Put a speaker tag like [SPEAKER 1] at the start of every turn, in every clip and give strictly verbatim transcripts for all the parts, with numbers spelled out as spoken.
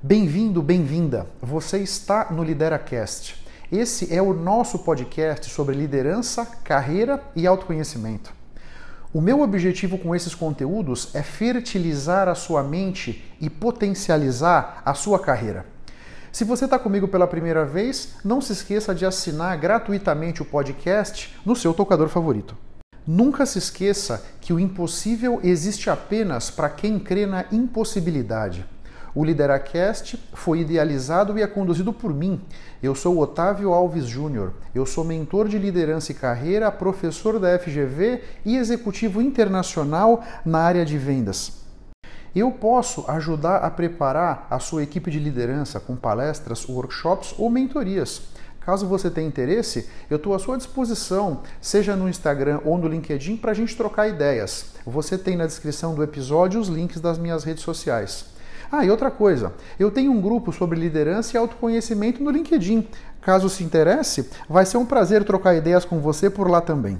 [SPEAKER 1] Bem-vindo, bem-vinda. Você está no LideraCast. Esse é o nosso podcast sobre liderança, carreira e autoconhecimento. O meu objetivo com esses conteúdos é fertilizar a sua mente e potencializar a sua carreira. Se você está comigo pela primeira vez, não se esqueça de assinar gratuitamente o podcast no seu tocador favorito. Nunca se esqueça que o impossível existe apenas para quem crê na impossibilidade. O LideraCast foi idealizado e é conduzido por mim. Eu sou Otávio Alves Júnior. Eu sou mentor de liderança e carreira, professor da F G V e executivo internacional na área de vendas. Eu posso ajudar a preparar a sua equipe de liderança com palestras, workshops ou mentorias. Caso você tenha interesse, eu estou à sua disposição, seja no Instagram ou no LinkedIn, para a gente trocar ideias. Você tem na descrição do episódio os links das minhas redes sociais. Ah, e outra coisa, eu tenho um grupo sobre liderança e autoconhecimento no LinkedIn. Caso se interesse, vai ser um prazer trocar ideias com você por lá também.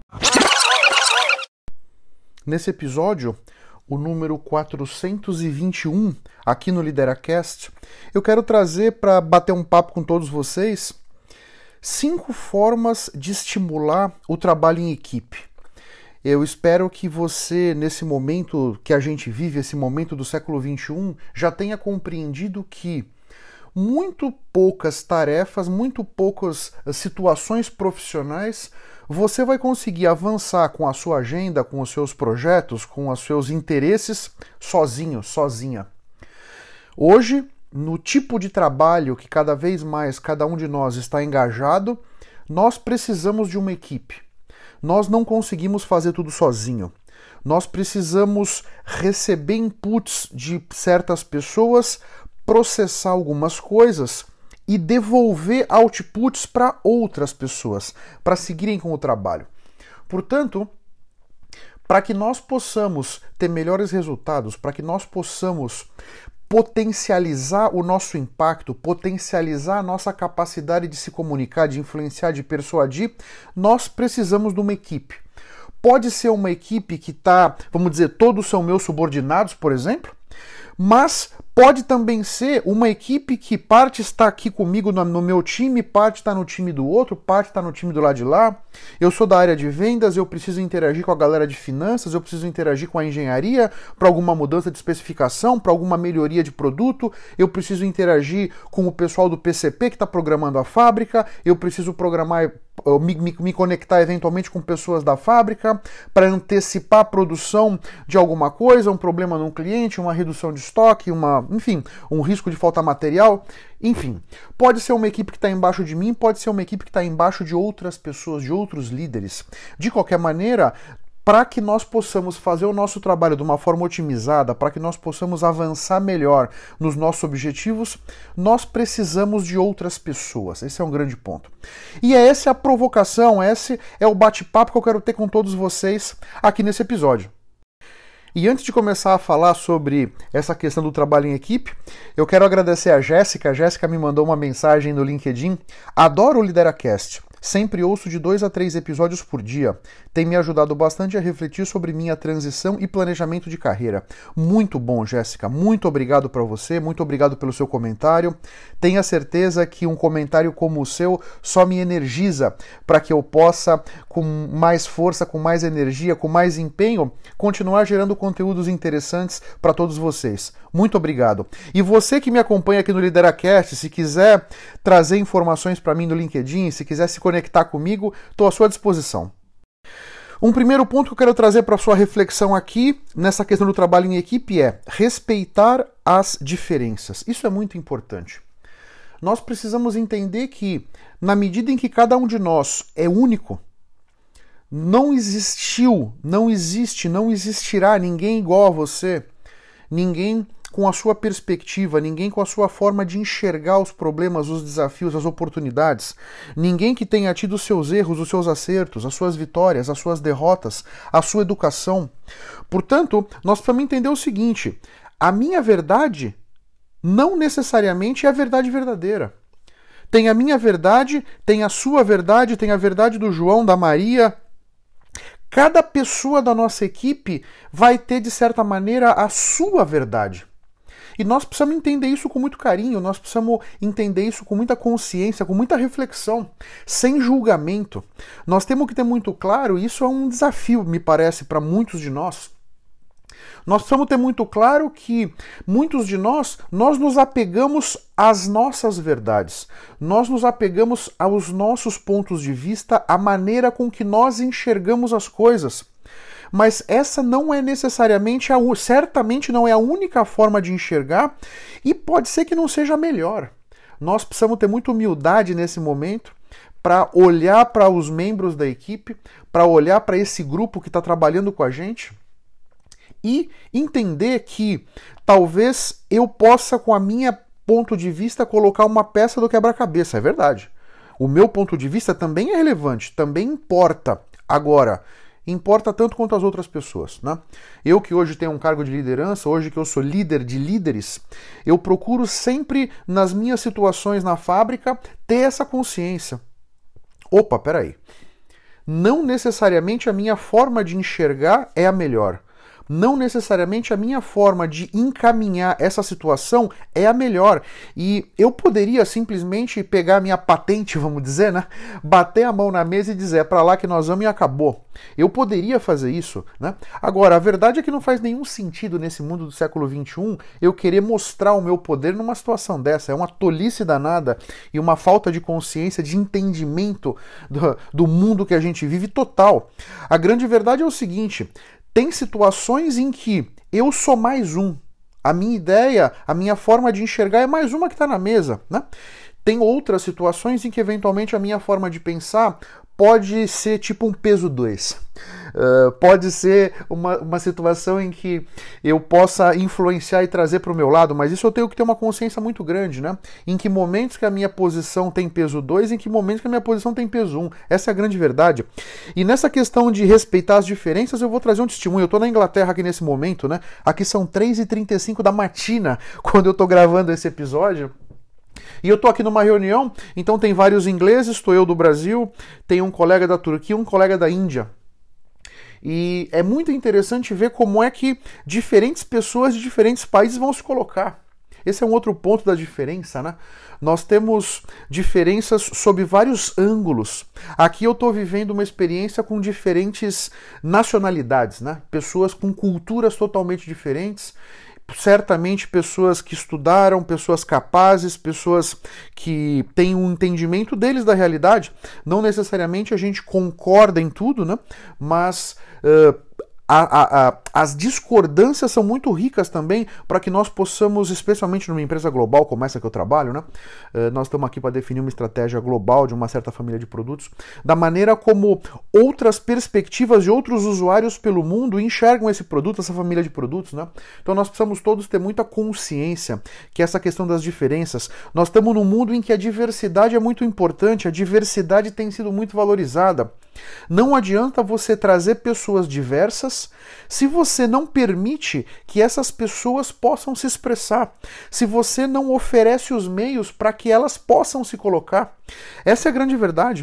[SPEAKER 1] Nesse episódio, o número quatrocentos e vinte e um, aqui no LideraCast, eu quero trazer para bater um papo com todos vocês cinco formas de estimular o trabalho em equipe. Eu espero que você, nesse momento que a gente vive, esse momento do século vinte e um, já tenha compreendido que muito poucas tarefas, muito poucas situações profissionais você vai conseguir avançar com a sua agenda, com os seus projetos, com os seus interesses, sozinho, sozinha. Hoje, no tipo de trabalho que cada vez mais cada um de nós está engajado, nós precisamos de uma equipe. Nós não conseguimos fazer tudo sozinho. Nós precisamos receber inputs de certas pessoas, processar algumas coisas e devolver outputs para outras pessoas, para seguirem com o trabalho. Portanto, para que nós possamos ter melhores resultados, para que nós possamos potencializar o nosso impacto, potencializar a nossa capacidade de se comunicar, de influenciar, de persuadir, nós precisamos de uma equipe. Pode ser uma equipe que está, vamos dizer, todos são meus subordinados, por exemplo, mas pode também ser uma equipe que parte está aqui comigo no, no meu time, parte está no time do outro, parte está no time do lado de lá. Eu sou da área de vendas, eu preciso interagir com a galera de finanças, eu preciso interagir com a engenharia para alguma mudança de especificação, para alguma melhoria de produto, eu preciso interagir com o pessoal do P C P que está programando a fábrica, eu preciso programar, me, me, me conectar eventualmente com pessoas da fábrica para antecipar a produção de alguma coisa, um problema num cliente, uma redução de estoque, uma, enfim, um risco de faltar material. Enfim, pode ser uma equipe que está embaixo de mim, pode ser uma equipe que está embaixo de outras pessoas, de outros líderes. De qualquer maneira, para que nós possamos fazer o nosso trabalho de uma forma otimizada, para que nós possamos avançar melhor nos nossos objetivos, nós precisamos de outras pessoas. Esse é um grande ponto. E é essa a provocação, esse é o bate-papo que eu quero ter com todos vocês aqui nesse episódio. E antes de começar a falar sobre essa questão do trabalho em equipe, eu quero agradecer a Jéssica. A Jéssica me mandou uma mensagem no LinkedIn. Adoro o LideraCast. Sempre ouço de dois a três episódios por dia. Tem me ajudado bastante a refletir sobre minha transição e planejamento de carreira. Muito bom, Jéssica. Muito obrigado para você. Muito obrigado pelo seu comentário. Tenha certeza que um comentário como o seu só me energiza para que eu possa, com mais força, com mais energia, com mais empenho, continuar gerando conteúdos interessantes para todos vocês. Muito obrigado. E você que me acompanha aqui no LideraCast, se quiser trazer informações para mim no LinkedIn, se quiser se conectar comigo, estou à sua disposição. Um primeiro ponto que eu quero trazer para a sua reflexão aqui, nessa questão do trabalho em equipe, é respeitar as diferenças. Isso é muito importante. Nós precisamos entender que, na medida em que cada um de nós é único, não existiu, não existe, não existirá ninguém igual a você, ninguém com a sua perspectiva, ninguém com a sua forma de enxergar os problemas, os desafios, as oportunidades, ninguém que tenha tido os seus erros, os seus acertos, as suas vitórias, as suas derrotas, a sua educação. Portanto, nós precisamos entender o seguinte: a minha verdade não necessariamente é a verdade verdadeira. Tem a minha verdade, tem a sua verdade, tem a verdade do João, da Maria. Cada pessoa da nossa equipe vai ter, de certa maneira, a sua verdade. E nós precisamos entender isso com muito carinho, nós precisamos entender isso com muita consciência, com muita reflexão, sem julgamento. Nós temos que ter muito claro, isso é um desafio, me parece, para muitos de nós. Nós precisamos ter muito claro que muitos de nós, nós nos apegamos às nossas verdades, nós nos apegamos aos nossos pontos de vista, à maneira com que nós enxergamos as coisas. Mas essa não é necessariamente, a, certamente não é a única forma de enxergar e pode ser que não seja a melhor. Nós precisamos ter muita humildade nesse momento para olhar para os membros da equipe, para olhar para esse grupo que está trabalhando com a gente e entender que talvez eu possa, com a minha ponto de vista, colocar uma peça do quebra-cabeça. É verdade. O meu ponto de vista também é relevante, também importa. Agora, importa tanto quanto as outras pessoas, né? Eu que hoje tenho um cargo de liderança, hoje que eu sou líder de líderes, eu procuro sempre, nas minhas situações na fábrica, ter essa consciência. Opa, peraí. Não necessariamente a minha forma de enxergar é a melhor. Não necessariamente a minha forma de encaminhar essa situação é a melhor. E eu poderia simplesmente pegar a minha patente, vamos dizer, né? Bater a mão na mesa e dizer, é pra lá que nós vamos e acabou. Eu poderia fazer isso, né? Agora, a verdade é que não faz nenhum sentido nesse mundo do século vinte e um eu querer mostrar o meu poder numa situação dessa. É uma tolice danada e uma falta de consciência, de entendimento do, do mundo que a gente vive total. A grande verdade é o seguinte: tem situações em que eu sou mais um. A minha ideia, a minha forma de enxergar é mais uma que está na mesa, né? Tem outras situações em que, eventualmente, a minha forma de pensar pode ser tipo um peso dois. Uh, pode ser uma, uma situação em que eu possa influenciar e trazer para o meu lado, mas isso eu tenho que ter uma consciência muito grande, né? Em que momentos que a minha posição tem peso dois, em que momentos que a minha posição tem peso um. Essa é a grande verdade. E nessa questão de respeitar as diferenças, eu vou trazer um testemunho. Eu estou na Inglaterra aqui nesse momento, né? Aqui são três e trinta e cinco da matina, quando eu estou gravando esse episódio. E eu tô aqui numa reunião, então tem vários ingleses, estou eu do Brasil, tem um colega da Turquia, um colega da Índia. E é muito interessante ver como é que diferentes pessoas de diferentes países vão se colocar. Esse é um outro ponto da diferença, né? Nós temos diferenças sob vários ângulos. Aqui eu estou vivendo uma experiência com diferentes nacionalidades, né? Pessoas com culturas totalmente diferentes. Certamente pessoas que estudaram, pessoas capazes, pessoas que têm um entendimento deles da realidade. Não necessariamente a gente concorda em tudo, né? Mas uh, a, a, a, as discordâncias são muito ricas também para que nós possamos, especialmente numa empresa global como essa que eu trabalho, né? Uh, nós estamos aqui para definir uma estratégia global de uma certa família de produtos, da maneira como outras perspectivas de outros usuários pelo mundo enxergam esse produto, essa família de produtos, né? Então nós precisamos todos ter muita consciência que essa questão das diferenças, nós estamos num mundo em que a diversidade é muito importante, a diversidade tem sido muito valorizada. Não adianta você trazer pessoas diversas se você não permite que essas pessoas possam se expressar, se você não oferece os meios para que elas possam se colocar. Essa é a grande verdade.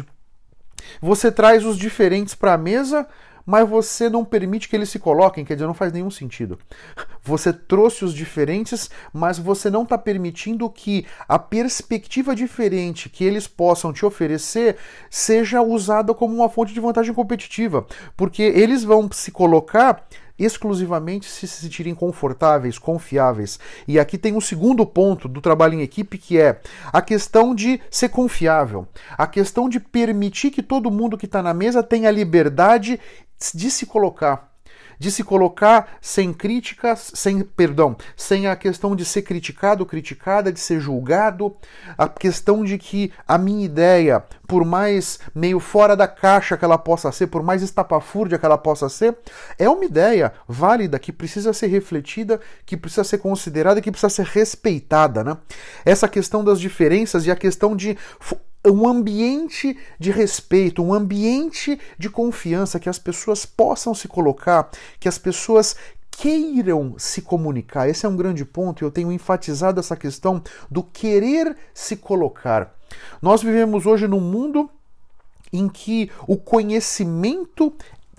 [SPEAKER 1] Você traz os diferentes para a mesa, mas você não permite que eles se coloquem, quer dizer, não faz nenhum sentido. Você trouxe os diferentes, mas você não está permitindo que a perspectiva diferente que eles possam te oferecer seja usada como uma fonte de vantagem competitiva, porque eles vão se colocar exclusivamente se se sentirem confortáveis, confiáveis. E aqui tem um segundo ponto do trabalho em equipe, que é a questão de ser confiável, a questão de permitir que todo mundo que está na mesa tenha liberdade de se colocar, de se colocar sem críticas, sem, perdão, sem a questão de ser criticado, criticada, de ser julgado, a questão de que a minha ideia, por mais meio fora da caixa que ela possa ser, por mais estapafúrdia que ela possa ser, é uma ideia válida, que precisa ser refletida, que precisa ser considerada e que precisa ser respeitada, né? Essa questão das diferenças e a questão de um ambiente de respeito, um ambiente de confiança, que as pessoas possam se colocar, que as pessoas queiram se comunicar. Esse é um grande ponto e eu tenho enfatizado essa questão do querer se colocar. Nós vivemos hoje num mundo em que o conhecimento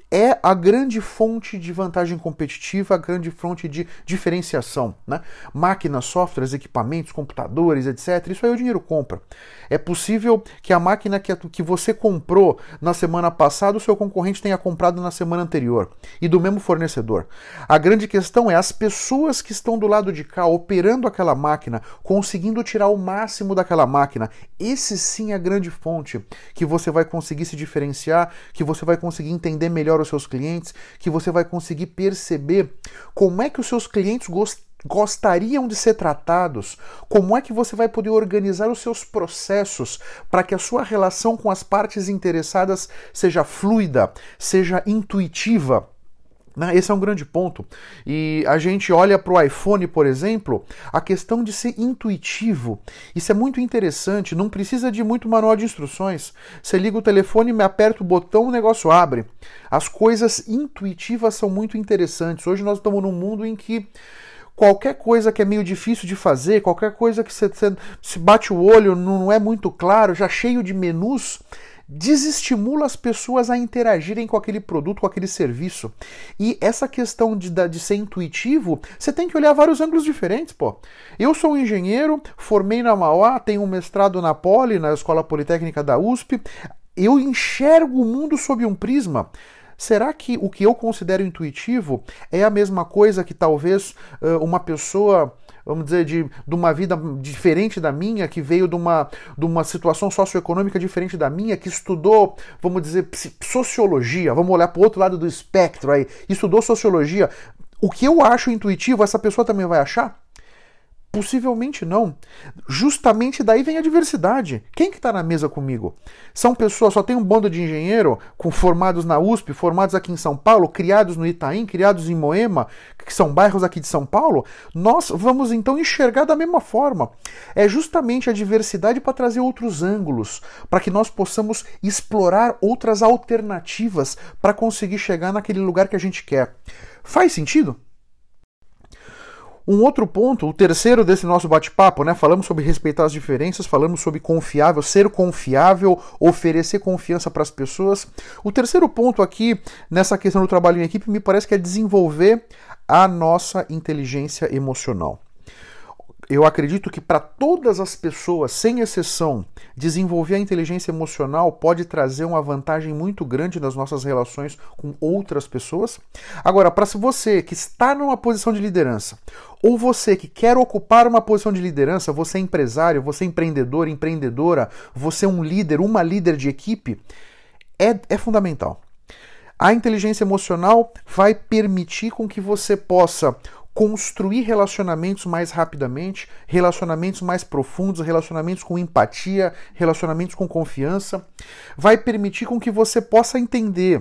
[SPEAKER 1] é a grande fonte de vantagem competitiva, a grande fonte de diferenciação, né? Máquinas, softwares, equipamentos, computadores, etcétera. Isso aí o dinheiro compra. É possível que a máquina que, que você comprou na semana passada, o seu concorrente tenha comprado na semana anterior, e do mesmo fornecedor. A grande questão é as pessoas que estão do lado de cá, operando aquela máquina, conseguindo tirar o máximo daquela máquina. Esse sim é a grande fonte que você vai conseguir se diferenciar, que você vai conseguir entender melhor os seus clientes, que você vai conseguir perceber como é que os seus clientes gost- gostariam de ser tratados, como é que você vai poder organizar os seus processos para que a sua relação com as partes interessadas seja fluida, seja intuitiva. Esse é um grande ponto. E a gente olha para o iPhone, por exemplo, a questão de ser intuitivo. Isso é muito interessante, não precisa de muito manual de instruções. Você liga o telefone, me aperta o botão, o negócio abre. As coisas intuitivas são muito interessantes. Hoje nós estamos num mundo em que qualquer coisa que é meio difícil de fazer, qualquer coisa que você, você se bate o olho, não é muito claro, já cheio de menus, desestimula as pessoas a interagirem com aquele produto, com aquele serviço. E essa questão de, de ser intuitivo, você tem que olhar vários ângulos diferentes, pô. Eu sou um engenheiro, formei na Mauá, tenho um mestrado na Poli, na Escola Politécnica da U S P. Eu enxergo o mundo sob um prisma. Será que o que eu considero intuitivo é a mesma coisa que talvez uh, uma pessoa, vamos dizer, de, de uma vida diferente da minha, que veio de uma, de uma situação socioeconômica diferente da minha, que estudou, vamos dizer, sociologia, vamos olhar para o outro lado do espectro aí, estudou sociologia. O que eu acho intuitivo, essa pessoa também vai achar? Possivelmente não. Justamente daí vem a diversidade. Quem que está na mesa comigo? São pessoas, só tem um bando de engenheiro com, formados na U S P, formados aqui em São Paulo, criados no Itaim, criados em Moema, que são bairros aqui de São Paulo. Nós vamos então enxergar da mesma forma. É justamente a diversidade para trazer outros ângulos, para que nós possamos explorar outras alternativas para conseguir chegar naquele lugar que a gente quer. Faz sentido? Um outro ponto, o terceiro desse nosso bate-papo, né? Falamos sobre respeitar as diferenças, falamos sobre confiável, ser confiável, oferecer confiança para as pessoas. O terceiro ponto aqui, nessa questão do trabalho em equipe, me parece que é desenvolver a nossa inteligência emocional. Eu acredito que para todas as pessoas, sem exceção, desenvolver a inteligência emocional pode trazer uma vantagem muito grande nas nossas relações com outras pessoas. Agora, para você que está numa posição de liderança, ou você que quer ocupar uma posição de liderança, você é empresário, você é empreendedor, empreendedora, você é um líder, uma líder de equipe, é, é fundamental. A inteligência emocional vai permitir com que você possa construir relacionamentos mais rapidamente, relacionamentos mais profundos, relacionamentos com empatia, relacionamentos com confiança. Vai permitir com que você possa entender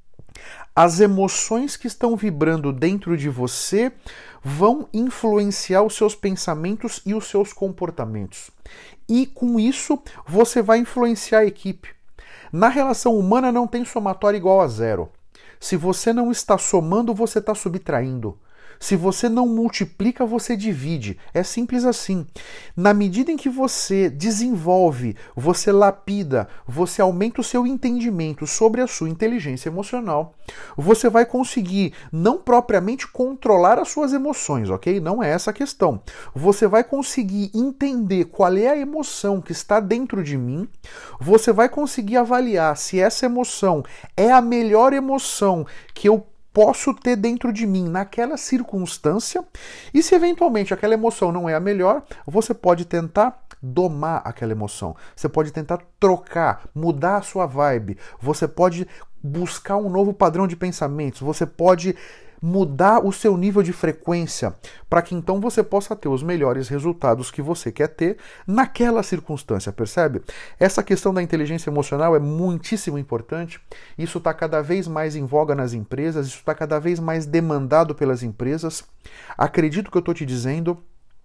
[SPEAKER 1] as emoções que estão vibrando dentro de você vão influenciar os seus pensamentos e os seus comportamentos. E com isso, você vai influenciar a equipe. Na relação humana não tem somatório igual a zero. Se você não está somando, você está subtraindo. Se você não multiplica, você divide. É simples assim. Na medida em que você desenvolve, você lapida, você aumenta o seu entendimento sobre a sua inteligência emocional, você vai conseguir não propriamente controlar as suas emoções, ok? Não é essa a questão. Você vai conseguir entender qual é a emoção que está dentro de mim, você vai conseguir avaliar se essa emoção é a melhor emoção que eu posso ter dentro de mim naquela circunstância, e se eventualmente aquela emoção não é a melhor, você pode tentar domar aquela emoção, você pode tentar trocar, mudar a sua vibe, você pode buscar um novo padrão de pensamentos, você pode mudar o seu nível de frequência para que então você possa ter os melhores resultados que você quer ter naquela circunstância, percebe? Essa questão da inteligência emocional é muitíssimo importante, isso está cada vez mais em voga nas empresas, isso está cada vez mais demandado pelas empresas. Acredito que eu estou te dizendo,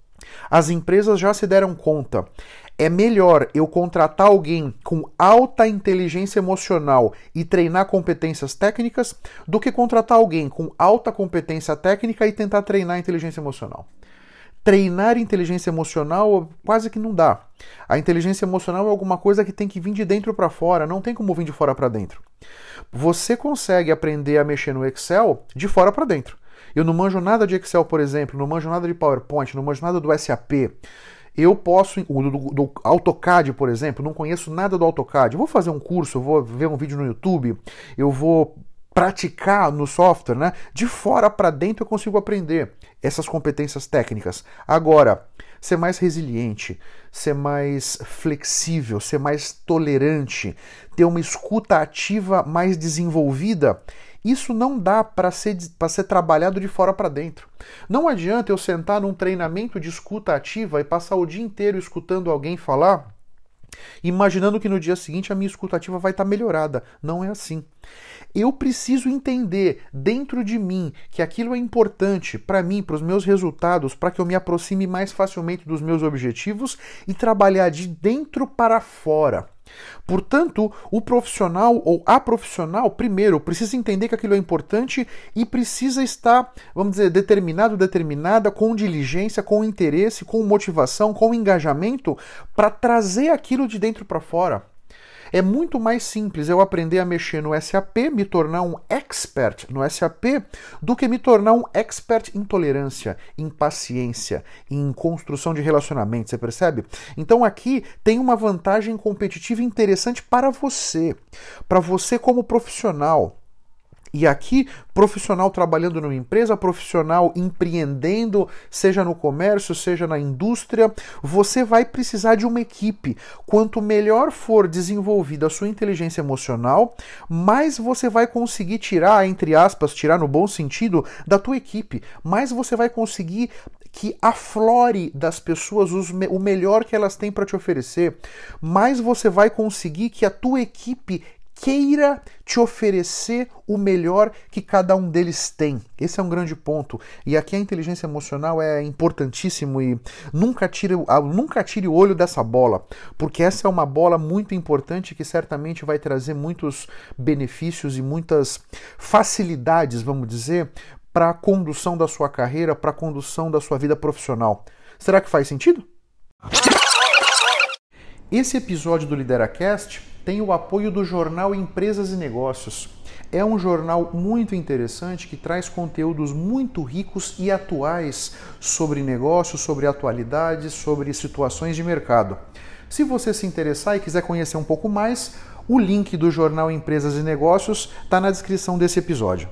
[SPEAKER 1] as empresas já se deram conta. É melhor eu contratar alguém com alta inteligência emocional e treinar competências técnicas do que contratar alguém com alta competência técnica e tentar treinar a inteligência emocional. Treinar inteligência emocional quase que não dá. A inteligência emocional é alguma coisa que tem que vir de dentro para fora, não tem como vir de fora para dentro. Você consegue aprender a mexer no Excel de fora para dentro. Eu não manjo nada de Excel, por exemplo, não manjo nada de PowerPoint, não manjo nada do S A P. Eu posso, do, do, do AutoCAD, por exemplo, não conheço nada do AutoCAD. Eu vou fazer um curso, eu vou ver um vídeo no YouTube, eu vou praticar no software, né? De fora para dentro eu consigo aprender essas competências técnicas. Agora, ser mais resiliente, ser mais flexível, ser mais tolerante, ter uma escuta ativa mais desenvolvida, isso não dá para ser, para ser trabalhado de fora para dentro. Não adianta eu sentar num treinamento de escuta ativa e passar o dia inteiro escutando alguém falar, imaginando que no dia seguinte a minha escuta ativa vai estar melhorada. Não é assim. Eu preciso entender dentro de mim que aquilo é importante para mim, para os meus resultados, para que eu me aproxime mais facilmente dos meus objetivos e trabalhar de dentro para fora. Portanto, o profissional ou a profissional, primeiro, precisa entender que aquilo é importante e precisa estar, vamos dizer, determinado, determinada, com diligência, com interesse, com motivação, com engajamento, para trazer aquilo de dentro para fora. É muito mais simples eu aprender a mexer no S A P, me tornar um expert no S A P, do que me tornar um expert em tolerância, em paciência, em construção de relacionamento, você percebe? Então aqui tem uma vantagem competitiva interessante para você, para você como profissional. E aqui, profissional trabalhando numa empresa, profissional empreendendo, seja no comércio, seja na indústria, você vai precisar de uma equipe. Quanto melhor for desenvolvida a sua inteligência emocional, mais você vai conseguir tirar, entre aspas, tirar no bom sentido, da tua equipe. Mais você vai conseguir que aflore das pessoas os, o melhor que elas têm para te oferecer. Mais você vai conseguir que a tua equipe queira te oferecer o melhor que cada um deles tem. Esse é um grande ponto. E aqui a inteligência emocional é importantíssimo e nunca tire, nunca tire o olho dessa bola, porque essa é uma bola muito importante que certamente vai trazer muitos benefícios e muitas facilidades, vamos dizer, para a condução da sua carreira, para a condução da sua vida profissional. Será que faz sentido? Esse episódio do LideraCast tem o apoio do jornal Empresas e Negócios. É um jornal muito interessante que traz conteúdos muito ricos e atuais sobre negócios, sobre atualidades, sobre situações de mercado. Se você se interessar e quiser conhecer um pouco mais, o link do jornal Empresas e Negócios está na descrição desse episódio.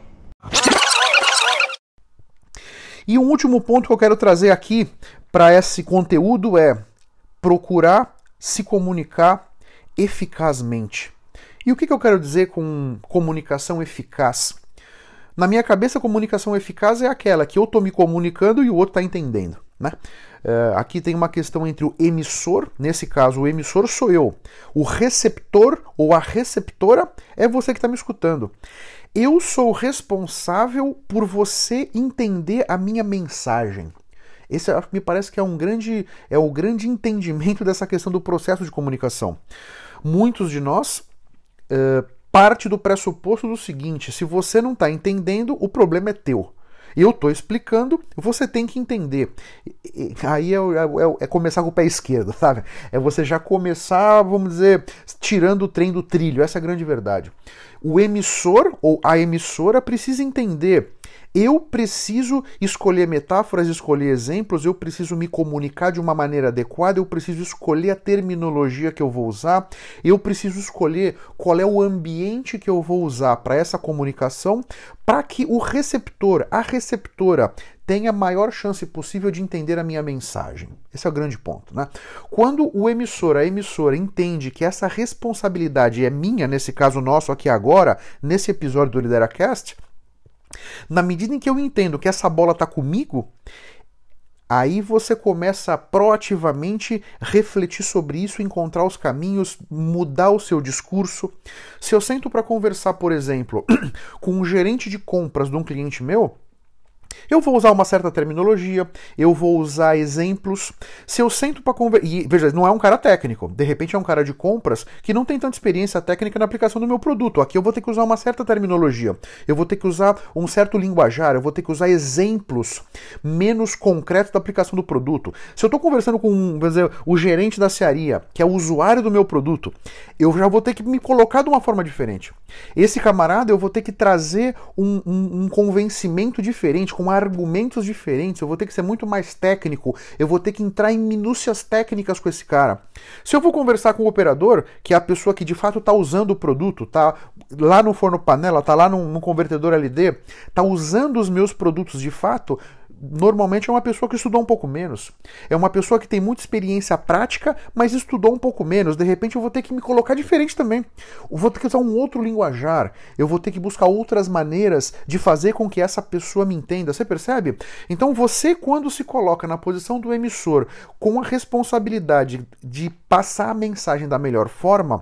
[SPEAKER 1] E um último ponto que eu quero trazer aqui para esse conteúdo é procurar se comunicar eficazmente. E o que eu quero dizer com comunicação eficaz? Na minha cabeça, comunicação eficaz é aquela que eu estou me comunicando e o outro está entendendo, né? Uh, aqui tem uma questão entre o emissor, nesse caso o emissor sou eu, o receptor ou a receptora é você que está me escutando. Eu sou responsável por você entender a minha mensagem. Esse me parece que é um grande, é o grande entendimento dessa questão do processo de comunicação. Muitos de nós uh, parte do pressuposto do seguinte: se você não está entendendo, o problema é teu. Eu estou explicando, você tem que entender. E, aí é, é, é começar com o pé esquerdo, sabe? É você já começar, vamos dizer, tirando o trem do trilho. Essa é a grande verdade. O emissor ou a emissora precisa entender. Eu preciso escolher metáforas, escolher exemplos, eu preciso me comunicar de uma maneira adequada, eu preciso escolher a terminologia que eu vou usar, eu preciso escolher qual é o ambiente que eu vou usar para essa comunicação, para que o receptor, a receptora, tenha a maior chance possível de entender a minha mensagem. Esse é o grande ponto, né? Quando o emissor, a emissora entende que essa responsabilidade é minha, nesse caso nosso aqui agora, nesse episódio do LideraCast, na medida em que eu entendo que essa bola está comigo, aí você começa a proativamente refletir sobre isso, encontrar os caminhos, mudar o seu discurso. Se eu sento para conversar, por exemplo, com um gerente de compras de um cliente meu, Eu vou usar uma certa terminologia, eu vou usar exemplos. Se eu sento para conversar... E, veja, não é um cara técnico. De repente é um cara de compras que não tem tanta experiência técnica na aplicação do meu produto. Aqui eu vou ter que usar uma certa terminologia. Eu vou ter que usar um certo linguajar. Eu vou ter que usar exemplos menos concretos da aplicação do produto. Se eu estou conversando com, vamos dizer, o gerente da cearia, que é o usuário do meu produto, eu já vou ter que me colocar de uma forma diferente. Esse camarada, eu vou ter que trazer um, um, um convencimento diferente, com argumentos diferentes, eu vou ter que ser muito mais técnico, eu vou ter que entrar em minúcias técnicas com esse cara. Se eu vou conversar com o operador, que é a pessoa que de fato está usando o produto, está lá no forno panela, está lá no, no convertedor L D, está usando os meus produtos de fato, normalmente é uma pessoa que estudou um pouco menos. É uma pessoa que tem muita experiência prática, mas estudou um pouco menos. De repente eu vou ter que me colocar diferente também. Eu vou ter que usar um outro linguajar. Eu vou ter que buscar outras maneiras de fazer com que essa pessoa me entenda. Você percebe? Então você, quando se coloca na posição do emissor com a responsabilidade de passar a mensagem da melhor forma,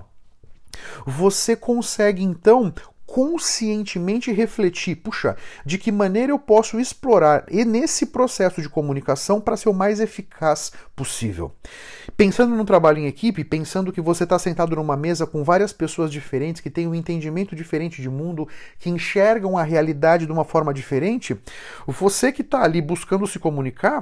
[SPEAKER 1] você consegue então conscientemente refletir, puxa, de que maneira eu posso explorar e nesse processo de comunicação para ser o mais eficaz possível. Pensando no trabalho em equipe, pensando que você está sentado numa mesa com várias pessoas diferentes, que têm um entendimento diferente de mundo, que enxergam a realidade de uma forma diferente, você que está ali buscando se comunicar,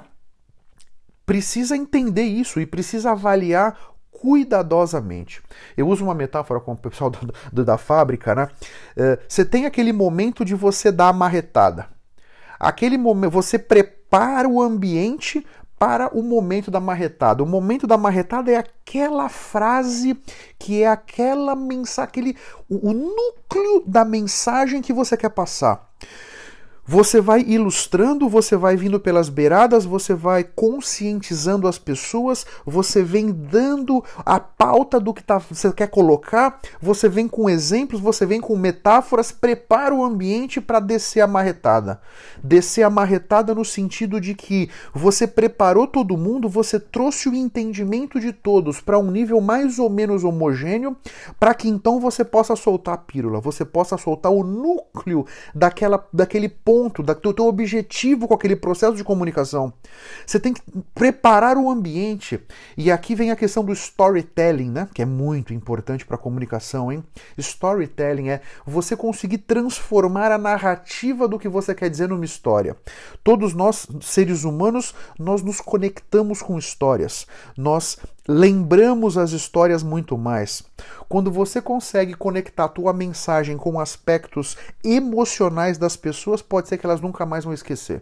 [SPEAKER 1] precisa entender isso e precisa avaliar cuidadosamente. Eu uso uma metáfora com o pessoal da, da, da fábrica, né? Uh, você tem aquele momento de você dar a marretada. Aquele momento, você prepara o ambiente para o momento da marretada. O momento da marretada é aquela frase que é aquela mensagem, aquele, o, o núcleo da mensagem que você quer passar. Você vai ilustrando, você vai vindo pelas beiradas, você vai conscientizando as pessoas, você vem dando a pauta do que tá, você quer colocar, você vem com exemplos, você vem com metáforas, prepara o ambiente para descer a marretada. Descer a marretada no sentido de que você preparou todo mundo, você trouxe o entendimento de todos para um nível mais ou menos homogêneo, para que então você possa soltar a pílula, você possa soltar o núcleo daquela, daquele ponto ponto, do teu objetivo com aquele processo de comunicação. Você tem que preparar o ambiente. E aqui vem a questão do storytelling, né? Que é muito importante para a comunicação, hein? Storytelling é você conseguir transformar a narrativa do que você quer dizer numa história. Todos nós, seres humanos, nós nos conectamos com histórias. Nós lembramos as histórias muito mais. Quando você consegue conectar a tua mensagem com aspectos emocionais das pessoas, pode ser que elas nunca mais vão esquecer.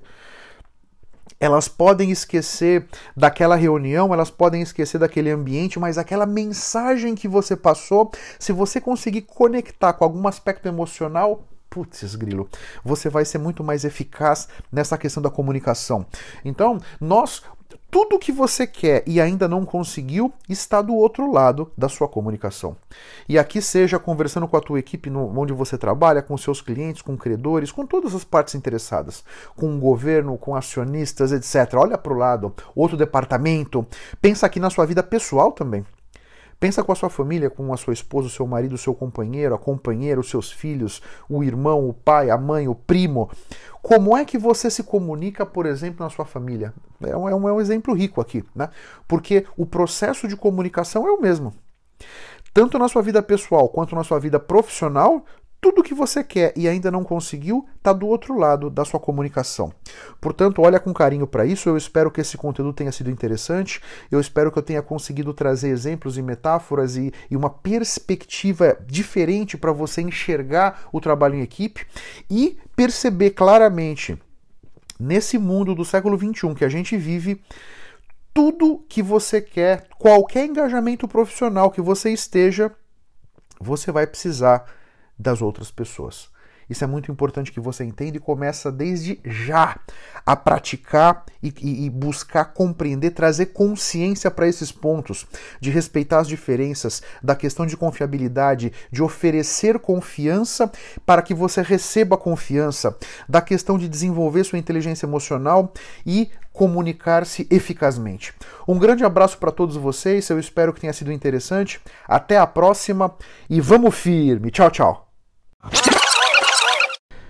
[SPEAKER 1] Elas podem esquecer daquela reunião, elas podem esquecer daquele ambiente, mas aquela mensagem que você passou, se você conseguir conectar com algum aspecto emocional, putz, grilo, você vai ser muito mais eficaz nessa questão da comunicação. Então, nós... Tudo que você quer e ainda não conseguiu está do outro lado da sua comunicação. E aqui seja conversando com a tua equipe no, onde você trabalha, com seus clientes, com credores, com todas as partes interessadas, com o governo, com acionistas, etcétera. Olha para o lado, outro departamento. Pensa aqui na sua vida pessoal também. Pensa com a sua família, com a sua esposa, o seu marido, o seu companheiro, a companheira, os seus filhos, o irmão, o pai, a mãe, o primo. Como é que você se comunica, por exemplo, na sua família? É um, é um, é um exemplo rico aqui, né? Porque o processo de comunicação é o mesmo. Tanto na sua vida pessoal quanto na sua vida profissional, tudo que você quer e ainda não conseguiu está do outro lado da sua comunicação. Portanto, olha com carinho para isso. Eu espero que esse conteúdo tenha sido interessante. Eu espero que eu tenha conseguido trazer exemplos e metáforas e, e uma perspectiva diferente para você enxergar o trabalho em equipe e perceber claramente, nesse mundo do século vinte e um que a gente vive, tudo que você quer, qualquer engajamento profissional que você esteja, você vai precisar das outras pessoas. Isso é muito importante que você entenda e começa desde já a praticar e, e, e buscar compreender, trazer consciência para esses pontos, de respeitar as diferenças, da questão de confiabilidade, de oferecer confiança para que você receba confiança, da questão de desenvolver sua inteligência emocional e comunicar-se eficazmente. Um grande abraço para todos vocês, eu espero que tenha sido interessante. Até a próxima e vamos firme. Tchau, tchau.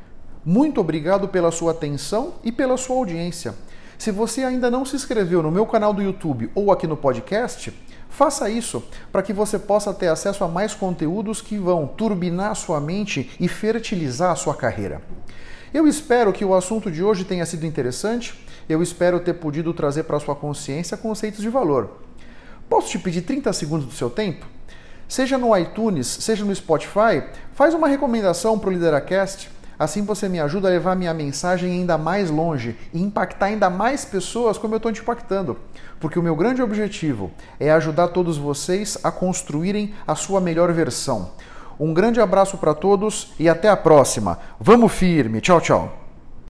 [SPEAKER 1] Muito obrigado pela sua atenção e pela sua audiência. Se você ainda não se inscreveu no meu canal do YouTube ou aqui no podcast, faça isso para que você possa ter acesso a mais conteúdos que vão turbinar a sua mente e fertilizar a sua carreira. Eu espero que o assunto de hoje tenha sido interessante, eu espero ter podido trazer para a sua consciência conceitos de valor. Posso te pedir trinta segundos do seu tempo? Seja no iTunes, seja no Spotify, faz uma recomendação para o Lideracast. Assim você me ajuda a levar minha mensagem ainda mais longe e impactar ainda mais pessoas como eu estou te impactando. Porque o meu grande objetivo é ajudar todos vocês a construírem a sua melhor versão. Um grande abraço para todos e até a próxima. Vamos firme. Tchau, tchau.